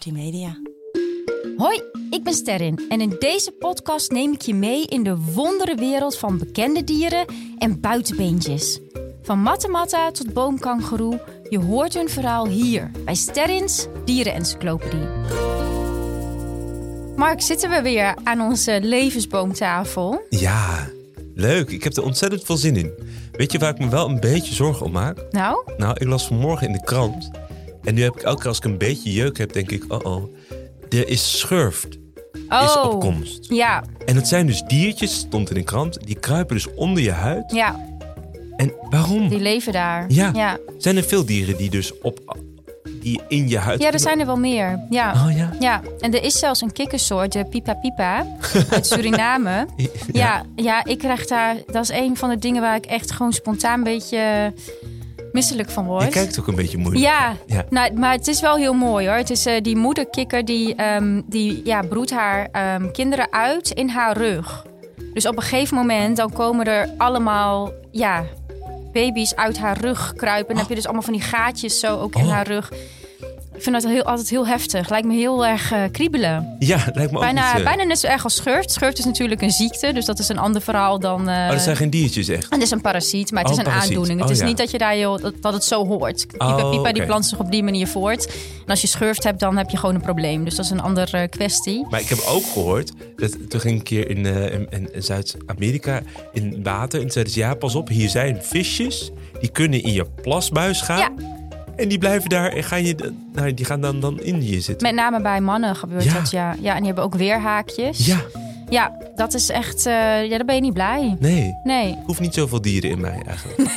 Media. Hoi, ik ben Sterrin en in deze podcast neem ik je mee in de wonderenwereld van bekende dieren en buitenbeentjes. Van matta tot boomkangoeroe, je hoort hun verhaal hier bij Sterrins Dierenencyclopedie. Mark, zitten we weer aan onze levensboomtafel? Ja, leuk. Ik heb er ontzettend veel zin in. Weet je waar ik me wel een beetje zorgen om maak? Nou, Ik las vanmorgen in de krant. En nu heb ik elke keer als ik een beetje jeuk heb, denk ik, er is schurft. Is op komst. Ja. En het zijn dus diertjes, stond in de krant, die kruipen dus onder je huid. Ja, En waarom? die leven daar. Ja. Zijn er veel dieren die dus die in je huid... Ja, er zijn er wel meer. Ja. Oh ja? Ja, en er is zelfs een kikkersoort, de pipa pipa, uit Suriname. Ja, ik krijg daar... Dat is een van de dingen waar ik echt gewoon spontaan een beetje misselijk van word. Je kijkt ook een beetje moeilijk. Ja. Nou, maar het is wel heel mooi hoor. Het is die moederkikker die broedt haar kinderen uit in haar rug. Dus op een gegeven moment dan komen er allemaal baby's uit haar rug kruipen. En dan heb je dus allemaal van die gaatjes zo ook in haar rug. Ik vind dat altijd heel heftig. Lijkt me heel erg kriebelen. Ja, lijkt me Bijna net zo erg als schurft. Schurft is natuurlijk een ziekte, dus dat is een ander verhaal dan... dat zijn geen diertjes echt? Het is een parasiet, maar het is een aandoening. Het is niet dat je daar dat het zo hoort. Pipa die plant zich op die manier voort. En als je schurft hebt, dan heb je gewoon een probleem. Dus dat is een andere kwestie. Maar ik heb ook gehoord, toen ging ik een keer in Zuid-Amerika in water. En zeiden ze, ja, pas op, hier zijn visjes. Die kunnen in je plasbuis gaan. Ja. En die blijven daar en die gaan dan in je zitten. Met name bij mannen gebeurt dat, ja. Ja, en die hebben ook weerhaakjes. Ja. Ja, dat is echt... daar ben je niet blij. Nee. Ik hoef niet zoveel dieren in mij eigenlijk.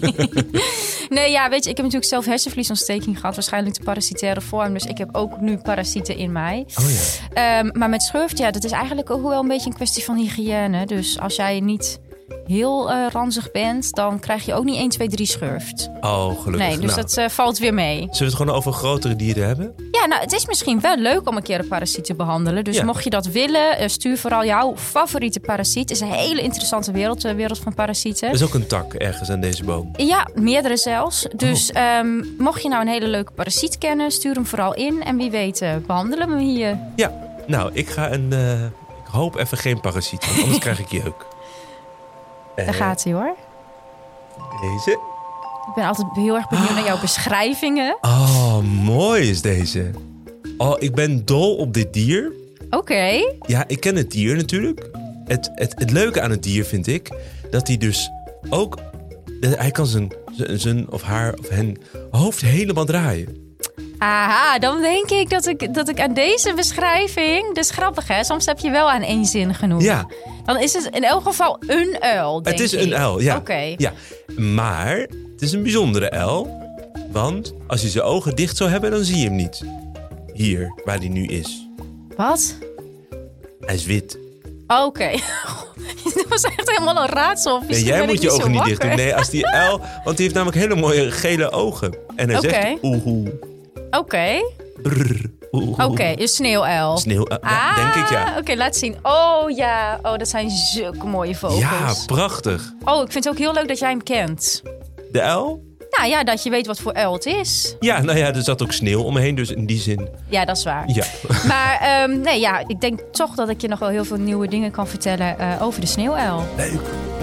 Nee, ja, weet je, ik heb natuurlijk zelf hersenvliesontsteking gehad. Waarschijnlijk de parasitaire vorm. Dus ik heb ook nu parasieten in mij. Oh ja. Maar met schurft, dat is eigenlijk ook wel een beetje een kwestie van hygiëne. Dus als jij niet heel ranzig bent, dan krijg je ook niet 1, 2, 3 schurft. Oh, gelukkig. Nee, dus dat valt weer mee. Zullen we het gewoon over grotere dieren hebben? Ja, nou, het is misschien wel leuk om een keer een parasiet te behandelen. Dus mocht je dat willen, stuur vooral jouw favoriete parasiet. Het is een hele interessante wereld, de wereld van parasieten. Er is ook een tak ergens aan deze boom. Ja, meerdere zelfs. Dus mocht je nou een hele leuke parasiet kennen, stuur hem vooral in. En wie weet, behandelen we hem hier. Ja, nou, ik hoop even geen parasiet, want anders krijg ik jeuk. Daar gaat hij hoor. Deze. Ik ben altijd heel erg benieuwd naar jouw beschrijvingen. Oh, mooi is deze. Oh, ik ben dol op dit dier. Oké. Ja, ik ken het dier natuurlijk. Het leuke aan het dier vind ik dat hij dus ook... Hij kan zijn of haar of hen hoofd helemaal draaien. Aha, dan denk ik dat ik aan deze beschrijving... Dat is grappig hè, soms heb je wel aan één zin genoeg. Ja. Dan is het in elk geval een uil, denk ik. Het is een uil, ja. Oké. Ja. Maar het is een bijzondere uil. Want als je zijn ogen dicht zou hebben, dan zie je hem niet. Hier, waar hij nu is. Wat? Hij is wit. Oké. Dat was echt helemaal een raadsel. Nee, jij moet je ogen niet dicht doen. Nee, als die uil... Want die heeft namelijk hele mooie gele ogen. En hij zegt oehoe. Oké. Oké, een sneeuwuil. ja, denk ik, ja. Oké, laat zien. Oh ja, dat zijn zulke mooie vogels. Ja, prachtig. Oh, ik vind het ook heel leuk dat jij hem kent. De uil? Nou ja, dat je weet wat voor uil het is. Ja, nou ja, er zat ook sneeuw omheen, dus in die zin... Ja, dat is waar. Ja. Maar ik denk toch dat ik je nog wel heel veel nieuwe dingen kan vertellen over de sneeuwuil. Leuk.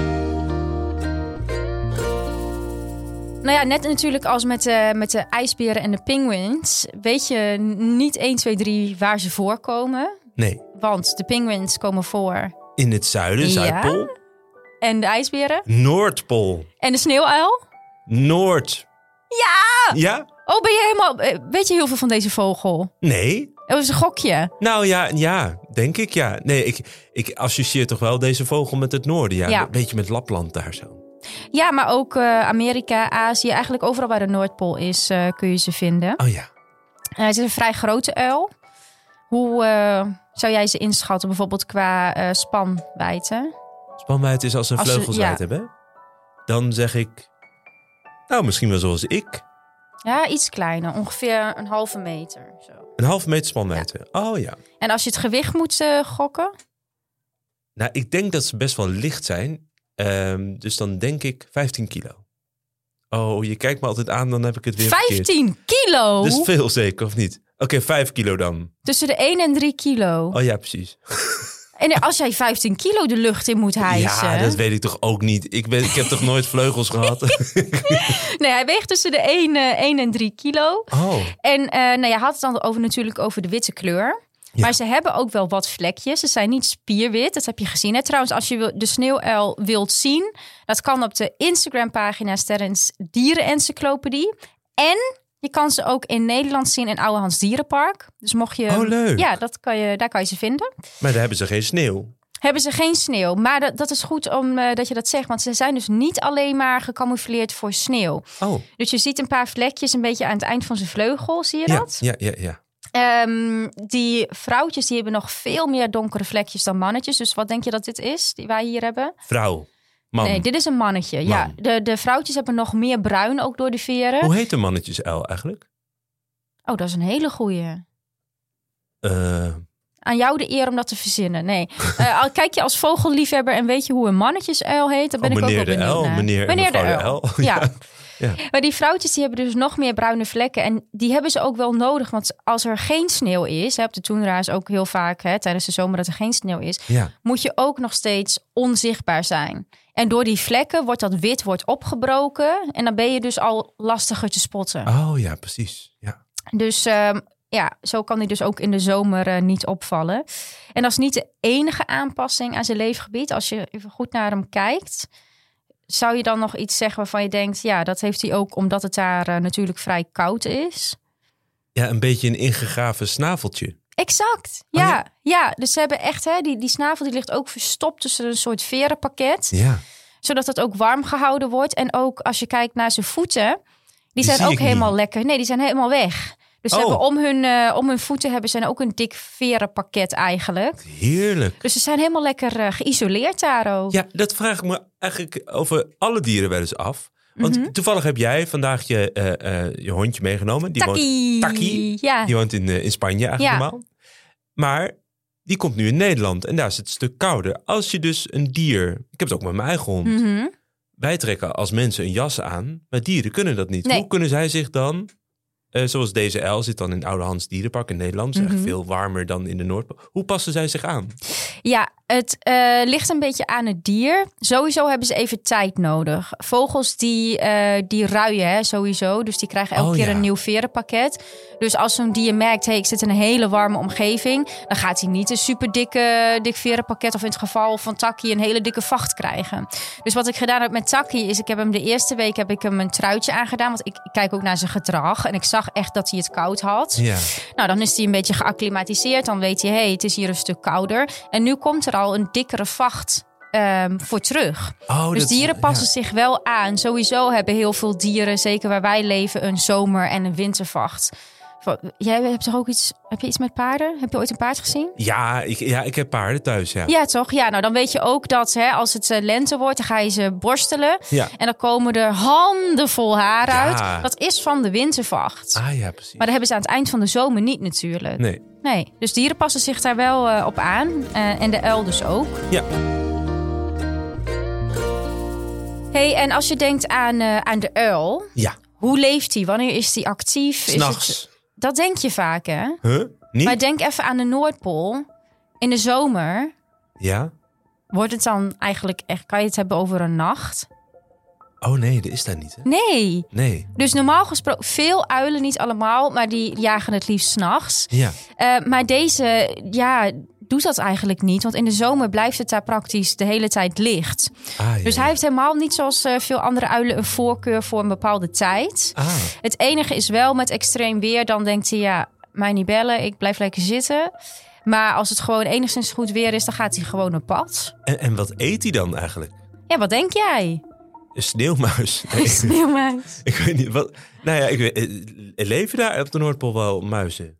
Nou ja, net natuurlijk als met de ijsberen en de pinguïns. Weet je niet 1, 2, 3 waar ze voorkomen. Nee. Want de pinguïns komen voor... In het zuiden, Zuidpool. En de ijsberen? Noordpool. En de sneeuwuil? Noord. Ja! Ja? Oh, ben je helemaal... Weet je heel veel van deze vogel? Nee. Dat is een gokje. Nou ja, denk ik ja. Nee, ik associeer toch wel deze vogel met het noorden. Ja. Een beetje met Lapland daar zo. Ja, maar ook Amerika, Azië, eigenlijk overal waar de Noordpool is, kun je ze vinden. Oh ja. Het is een vrij grote uil. Hoe zou jij ze inschatten, bijvoorbeeld qua spanwijdte? Spanwijdte is als ze vleugels wijd hebben. Dan zeg ik, nou misschien wel zoals ik. Ja, iets kleiner, ongeveer 1,5 meter. Zo. 1,5 meter spanwijdte. Ja. Oh ja. En als je het gewicht moet gokken? Nou, ik denk dat ze best wel licht zijn. Dus dan denk ik 15 kilo. Oh, je kijkt me altijd aan, dan heb ik het weer 15 kilo? Dat is veel zeker, of niet? Oké, 5 kilo dan. Tussen de 1 en 3 kilo. Oh ja, precies. En als jij 15 kilo de lucht in moet hijsen... Ja, dat weet ik toch ook niet. Ik heb toch nooit vleugels gehad? Nee, hij weegt tussen de 1 en 3 kilo. Oh. En je had het dan natuurlijk over de witte kleur. Ja. Maar ze hebben ook wel wat vlekjes. Ze zijn niet spierwit, dat heb je gezien. Hè? Trouwens, als je de sneeuwuil wilt zien... dat kan op de Instagram-pagina Sterrens Dierenencyclopedie. En je kan ze ook in Nederland zien in Ouwehands Dierenpark. Dus mocht je... Oh, leuk. Ja, daar kan je ze vinden. Maar daar hebben ze geen sneeuw. Hebben ze geen sneeuw. Maar dat is goed dat je dat zegt. Want ze zijn dus niet alleen maar gecamoufleerd voor sneeuw. Oh. Dus je ziet een paar vlekjes een beetje aan het eind van zijn vleugel. Zie je dat? Ja. Die vrouwtjes die hebben nog veel meer donkere vlekjes dan mannetjes. Dus wat denk je dat dit is, die wij hier hebben? Vrouw. Man. Nee, dit is een mannetje. Man. Ja, de vrouwtjes hebben nog meer bruin ook door de veren. Hoe heet de mannetjesuil eigenlijk? Oh, dat is een hele goeie. Aan jou de eer om dat te verzinnen. Nee. Kijk je als vogelliefhebber en weet je hoe een mannetjesuil heet? Dan ben ik ook wel benieuwd naar. Meneer de uil. Ja. Ja. Maar die vrouwtjes die hebben dus nog meer bruine vlekken. En die hebben ze ook wel nodig. Want als er geen sneeuw is... op de toendra is ook heel vaak tijdens de zomer dat er geen sneeuw is... moet je ook nog steeds onzichtbaar zijn. En door die vlekken wordt dat wit opgebroken. En dan ben je dus al lastiger te spotten. Oh ja, precies. Ja. Dus zo kan hij dus ook in de zomer niet opvallen. En dat is niet de enige aanpassing aan zijn leefgebied. Als je even goed naar hem kijkt... Zou je dan nog iets zeggen waarvan je denkt... ja, dat heeft hij ook omdat het daar natuurlijk vrij koud is? Ja, een beetje een ingegraven snaveltje. Exact, ja. Ja, dus ze hebben echt... die snavel die ligt ook verstopt tussen een soort verenpakket. Ja. Zodat het ook warm gehouden wordt. En ook als je kijkt naar zijn voeten... die zijn ook helemaal lekker. Nee, die zijn helemaal weg. Dus ze hebben om hun voeten hebben ze ook een dik verenpakket eigenlijk. Heerlijk. Dus ze zijn helemaal lekker geïsoleerd daar ook. Ja, dat vraag ik me eigenlijk over alle dieren wel eens af. Want toevallig heb jij vandaag je hondje meegenomen. Taki. Ja. Die woont in Spanje eigenlijk normaal. Maar die komt nu in Nederland en daar is het een stuk kouder. Als je dus een dier... Ik heb het ook met mijn eigen hond. Wij trekken als mensen een jas aan. Maar dieren kunnen dat niet. Nee. Hoe kunnen zij zich dan... zoals deze uil zit dan in Ouwehands Dierenpark in Nederland. Het is echt veel warmer dan in de Noordpool. Hoe passen zij zich aan? Ja, het ligt een beetje aan het dier. Sowieso hebben ze even tijd nodig. Vogels die ruien sowieso. Dus die krijgen elke keer een nieuw verenpakket. Dus als zo'n dier merkt... ik zit in een hele warme omgeving... dan gaat hij niet een super dik verenpakket... of in het geval van Taki een hele dikke vacht krijgen. Dus wat ik gedaan heb met Taki... is ik heb hem de eerste week een truitje aangedaan. Want ik kijk ook naar zijn gedrag. En ik zag echt dat hij het koud had. Ja. Nou, dan is hij een beetje geacclimatiseerd. Dan weet hij, het is hier een stuk kouder. En nu komt er al een dikkere vacht voor terug. Dus dieren passen zich wel aan. Sowieso hebben heel veel dieren, zeker waar wij leven, een zomer- en een wintervacht. Jij hebt toch ook iets... Heb je iets met paarden? Heb je ooit een paard gezien? Ja, ik heb paarden thuis, ja. Ja, toch? Ja, nou dan weet je ook dat als het lente wordt, dan ga je ze borstelen. Ja. En dan komen er handenvol haar uit. Dat is van de wintervacht. Ah ja, precies. Maar dat hebben ze aan het eind van de zomer niet natuurlijk. Nee. Dus dieren passen zich daar wel op aan. En de uil dus ook. Ja. Hey, en als je denkt aan de uil. Ja. Hoe leeft hij? Wanneer is hij actief? 's Nachts. Dat denk je vaak, hè? Niet? Maar denk even aan de Noordpool. In de zomer... Ja? Wordt het dan eigenlijk echt... Kan je het hebben over een nacht? Oh nee, dat is dat niet, hè? Nee. Dus normaal gesproken... Veel uilen, niet allemaal... maar die jagen het liefst 's nachts. Ja. Maar deze... doet dat eigenlijk niet. Want in de zomer blijft het daar praktisch de hele tijd licht. Dus hij heeft helemaal niet zoals veel andere uilen een voorkeur voor een bepaalde tijd. Het enige is wel met extreem weer. Dan denkt hij, mij niet bellen. Ik blijf lekker zitten. Maar als het gewoon enigszins goed weer is, dan gaat hij gewoon op pad. En wat eet hij dan eigenlijk? Ja, wat denk jij? Een sneeuwmuis. Nee. Een sneeuwmuis. Ik weet niet wat. Nou ja, leven daar op de Noordpool wel muizen?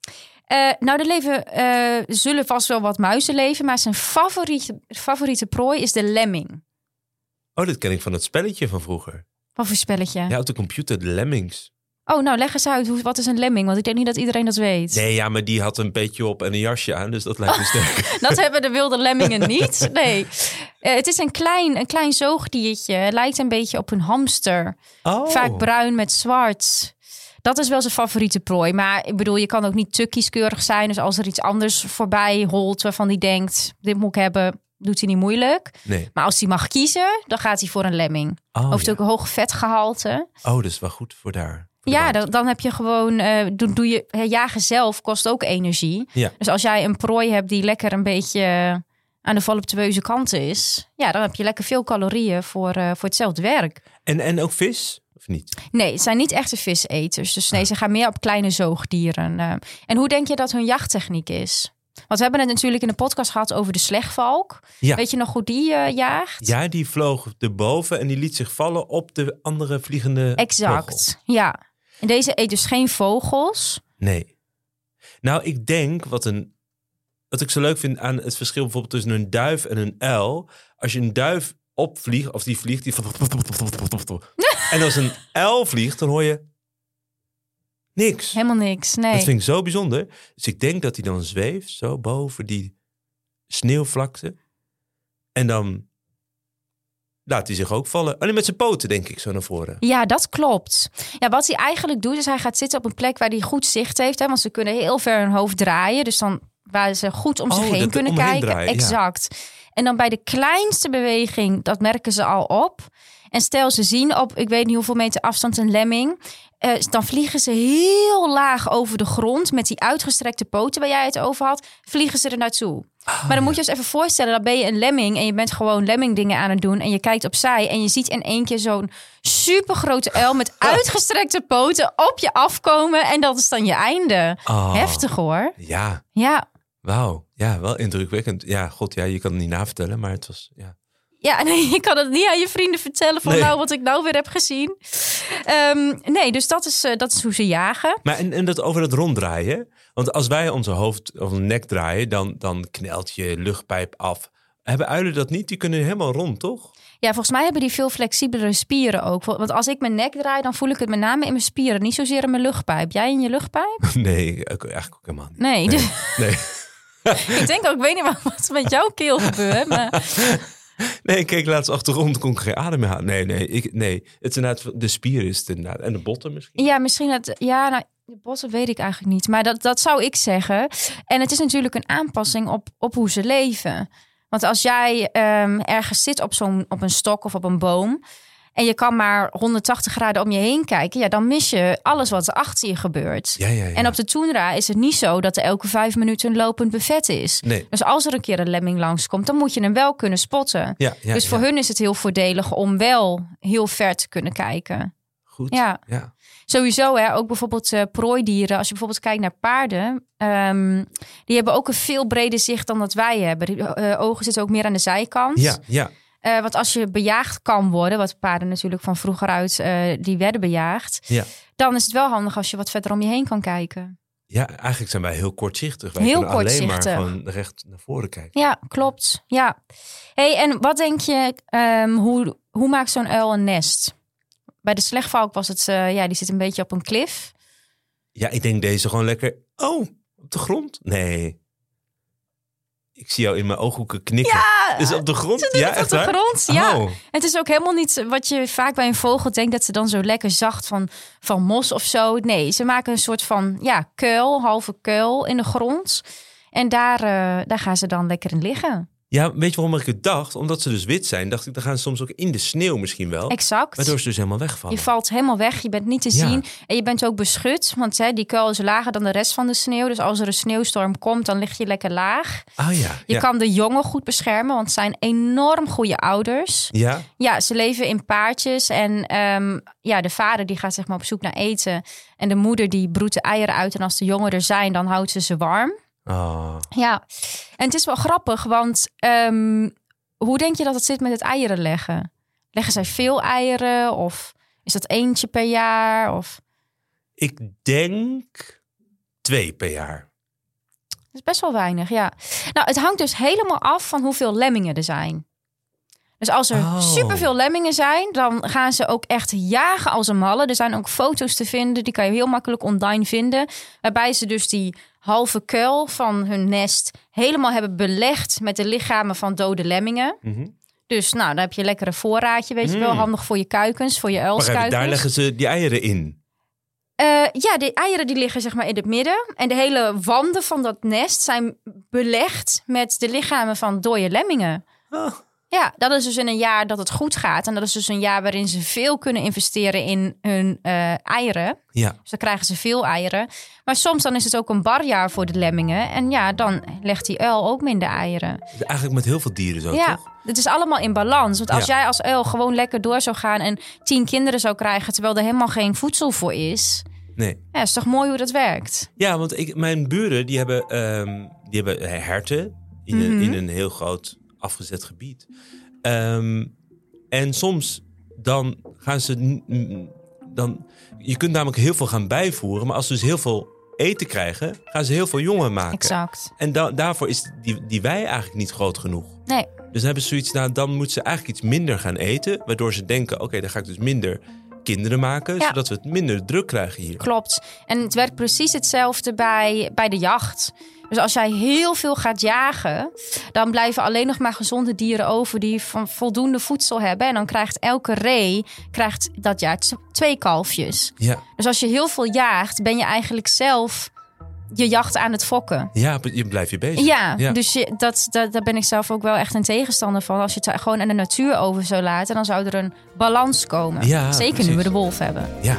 Er zullen vast wel wat muizen leven, maar zijn favoriete prooi is de lemming. Oh, dat ken ik van het spelletje van vroeger. Wat voor spelletje? Ja, op de computer, de Lemmings. Oh, nou leg eens uit, wat is een lemming? Want ik denk niet dat iedereen dat weet. Nee, ja, maar die had een petje op en een jasje aan, dus dat lijkt me sterk. Dat hebben de wilde lemmingen niet, nee. Het is een klein zoogdiertje. Het lijkt een beetje op een hamster. Vaak bruin met zwart. Dat is wel zijn favoriete prooi. Maar ik bedoel, je kan ook niet te kieskeurig zijn. Dus als er iets anders voorbij holt waarvan hij denkt, dit moet ik hebben, doet hij niet moeilijk. Nee. Maar als hij mag kiezen, dan gaat hij voor een lemming. Heeft ook een hoog vetgehalte. Oh, dat is wel goed voor daar. Ja, dan heb je gewoon... jagen zelf kost ook energie. Ja. Dus als jij een prooi hebt die lekker een beetje aan de voluptueuze kant is, ja, dan heb je lekker veel calorieën voor hetzelfde werk. En ook vis? Of niet? Nee, het zijn niet echte viseters. Dus nee, ze gaan meer op kleine zoogdieren. En hoe denk je dat hun jachttechniek is? Want we hebben het natuurlijk in de podcast gehad over de slegvalk. Ja. Weet je nog hoe die jaagt? Ja, die vloog erboven en die liet zich vallen op de andere vliegende Exact, vogel. Ja. En deze eet dus geen vogels. Nee. Nou, ik denk wat ik zo leuk vind aan het verschil bijvoorbeeld tussen een duif en een uil. Als je een duif opvliegt, of die vliegt, die en als een uil vliegt, dan hoor je niks. Helemaal niks, nee. Dat vind ik zo bijzonder. Dus ik denk dat hij dan zweeft, zo boven die sneeuwvlakte. En dan laat hij zich ook vallen. Alleen met zijn poten, denk ik, zo naar voren. Ja, dat klopt. Ja, wat hij eigenlijk doet, is hij gaat zitten op een plek waar hij goed zicht heeft. Hè, want ze kunnen heel ver hun hoofd draaien. Dus dan waar ze goed om zich heen kunnen kijken. Draaien, exact. Ja. En dan bij de kleinste beweging, dat merken ze al op. En stel ze zien op, ik weet niet hoeveel meter afstand een lemming. Dan vliegen ze heel laag over de grond met die uitgestrekte poten waar jij het over had. Vliegen ze er naartoe. Maar dan moet je eens even voorstellen, dan ben je een lemming en je bent gewoon lemmingdingen aan het doen. En je kijkt opzij en je ziet in één keer zo'n supergrote uil met uitgestrekte poten op je afkomen. En dat is dan je einde. Heftig hoor. Ja. Ja. Wauw. Ja, wel indrukwekkend. Ja, god, ja, je kan het niet navertellen, maar het was, ja. Ja, nee, je kan het niet aan je vrienden vertellen van nou wat ik nou weer heb gezien. Nee, dus dat is hoe ze jagen. Maar en dat over dat ronddraaien. Want als wij onze hoofd of nek draaien, dan knelt je luchtpijp af. Hebben uilen dat niet? Die kunnen helemaal rond, toch? Ja, volgens mij hebben die veel flexibelere spieren ook. Want als ik mijn nek draai, dan voel ik het met name in mijn spieren. Niet zozeer in mijn luchtpijp. Jij in je luchtpijp? Nee, eigenlijk ook helemaal niet. Nee. Nee. Ik denk ook, ik weet niet wat met jouw keel gebeurt. Maar... Nee, ik keek laatst achterom, kon ik geen adem meer halen. Nee. Het is inderdaad, de spier is het inderdaad. En de botten misschien? Ja, misschien de botten weet ik eigenlijk niet. Maar dat zou ik zeggen. En het is natuurlijk een aanpassing op hoe ze leven. Want als jij ergens zit op een stok of op een boom en je kan maar 180 graden om je heen kijken, ja, dan mis je alles wat er achter je gebeurt. Ja. En op de toendra is het niet zo dat er elke 5 minuten een lopend buffet is. Nee. Dus als er een keer een lemming langskomt, dan moet je hem wel kunnen spotten. Dus voor hun is het heel voordelig om wel heel ver te kunnen kijken. Goed. Ja. Sowieso, ook bijvoorbeeld prooidieren. Als je bijvoorbeeld kijkt naar paarden, die hebben ook een veel breder zicht dan dat wij hebben. Die ogen zitten ook meer aan de zijkant. Ja. Want als je bejaagd kan worden, wat paarden natuurlijk van vroeger uit, die werden bejaagd, dan is het wel handig als je wat verder om je heen kan kijken. Ja, eigenlijk zijn wij heel kortzichtig. Wij heel kunnen kortzichtig. alleen maar gewoon recht naar voren kijken. Ja, klopt. Ja. Hey, en wat denk je, hoe maakt zo'n uil een nest? Bij de slegvalk was het, die zit een beetje op een klif. Ja, ik denk deze gewoon lekker, op de grond? Nee. Ik zie jou in mijn ooghoeken knikken. Ja, is het op de grond? Ja, echt op de waar? grond. Ja. Oh. Het is ook helemaal niet wat je vaak bij een vogel denkt, dat ze dan zo lekker zacht van mos of zo. Nee, ze maken een soort van kuil, halve kuil in de grond. En daar gaan ze dan lekker in liggen. Ja, weet je waarom ik het dacht? Omdat ze dus wit zijn, dacht ik, dan gaan ze soms ook in de sneeuw misschien wel. Exact. Waardoor ze dus helemaal wegvallen. Je valt helemaal weg, je bent niet te zien. En je bent ook beschut, want die kuil is lager dan de rest van de sneeuw. Dus als er een sneeuwstorm komt, dan lig je lekker laag. Je kan de jongen goed beschermen, want het zijn enorm goede ouders. Ja, ze leven in paartjes. En de vader die gaat zeg maar op zoek naar eten. En de moeder die broedt de eieren uit. En als de jongen er zijn, dan houdt ze warm. Oh. Ja, en het is wel grappig, want hoe denk je dat het zit met het eieren leggen? Leggen zij veel eieren of is dat eentje per jaar? Of? Ik denk 2 per jaar. Dat is best wel weinig, ja. Nou, het hangt dus helemaal af van hoeveel lemmingen er zijn. Dus als er superveel lemmingen zijn, dan gaan ze ook echt jagen als een malle. Er zijn ook foto's te vinden, die kan je heel makkelijk online vinden. Waarbij ze dus die halve kuil van hun nest helemaal hebben belegd met de lichamen van dode lemmingen. Mm-hmm. Dus dan heb je een lekkere voorraadje, weet je wel. Handig voor je kuikens, voor je uilskuikens. Maar daar leggen ze die eieren in? De eieren die liggen zeg maar in het midden. En de hele wanden van dat nest zijn belegd met de lichamen van dode lemmingen. Oh. Ja, dat is dus in een jaar dat het goed gaat. En dat is dus een jaar waarin ze veel kunnen investeren in hun eieren. Ja. Dus dan krijgen ze veel eieren. Maar soms dan is het ook een bar jaar voor de lemmingen. En ja, dan legt die uil ook minder eieren. Eigenlijk met heel veel dieren zo, ja, toch? het is allemaal in balans. Want als jij als uil gewoon lekker door zou gaan en 10 kinderen zou krijgen, terwijl er helemaal geen voedsel voor is. Nee. Ja, is toch mooi hoe dat werkt? Ja, want mijn buren die hebben herten in een heel groot afgezet gebied. En soms dan gaan ze... je kunt namelijk heel veel gaan bijvoeren, maar als ze dus heel veel eten krijgen, gaan ze heel veel jongen maken. Exact. En daarvoor is die wei eigenlijk niet groot genoeg. Nee. Dus dan hebben ze zoiets, dan moeten ze eigenlijk iets minder gaan eten, waardoor ze denken, oké, dan ga ik dus minder kinderen maken, zodat we het minder druk krijgen hier. Klopt. En het werkt precies hetzelfde bij de jacht. Dus als jij heel veel gaat jagen, dan blijven alleen nog maar gezonde dieren over die van voldoende voedsel hebben. En dan krijgt elke ree dat jaar 2 kalfjes. Ja. Dus als je heel veel jaagt, ben je eigenlijk zelf je jacht aan het fokken. Ja, je blijft je bezig. Ja. Dus daar ben ik zelf ook wel echt een tegenstander van. Als je het gewoon aan de natuur over zou laten, dan zou er een balans komen. Ja, zeker precies. nu we de wolf hebben. Ja.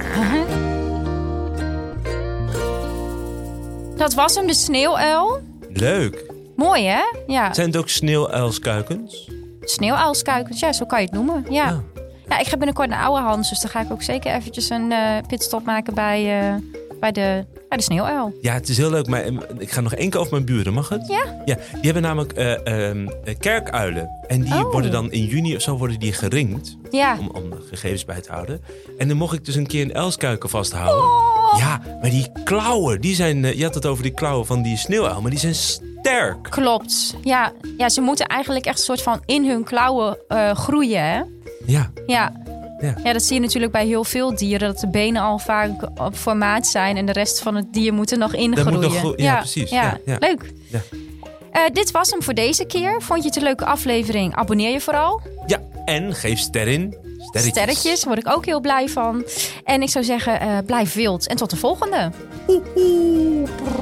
Dat was hem, de sneeuwuil. Leuk. Mooi, hè? Ja. Zijn het ook sneeuwuilskuikens? Sneeuwuilskuikens, ja, zo kan je het noemen. Ja. Ja, ik ga binnenkort naar Ouwehands, dus dan ga ik ook zeker eventjes een pitstop maken bij de sneeuwuil. Ja, het is heel leuk, maar ik ga nog 1 keer over mijn buren, mag het? Ja? Ja, die hebben namelijk kerkuilen. En die worden dan in juni of zo geringd. Ja. Om gegevens bij te houden. En dan mocht ik dus een keer een uilskuiken vasthouden. Oh. Ja, maar die klauwen, die zijn... je had het over die klauwen van die sneeuwuil, maar die zijn sterk. Klopt. Ja, ze moeten eigenlijk echt een soort van in hun klauwen groeien, hè? Ja. Ja, dat zie je natuurlijk bij heel veel dieren. Dat de benen al vaak op formaat zijn. En de rest van het dier moet er nog ingroeien. Ja, precies. Ja. Leuk. Ja. Dit was hem voor deze keer. Vond je het een leuke aflevering? Abonneer je vooral. Ja, en geef sterretjes. Word ik ook heel blij van. En ik zou zeggen, blijf wild. En tot de volgende.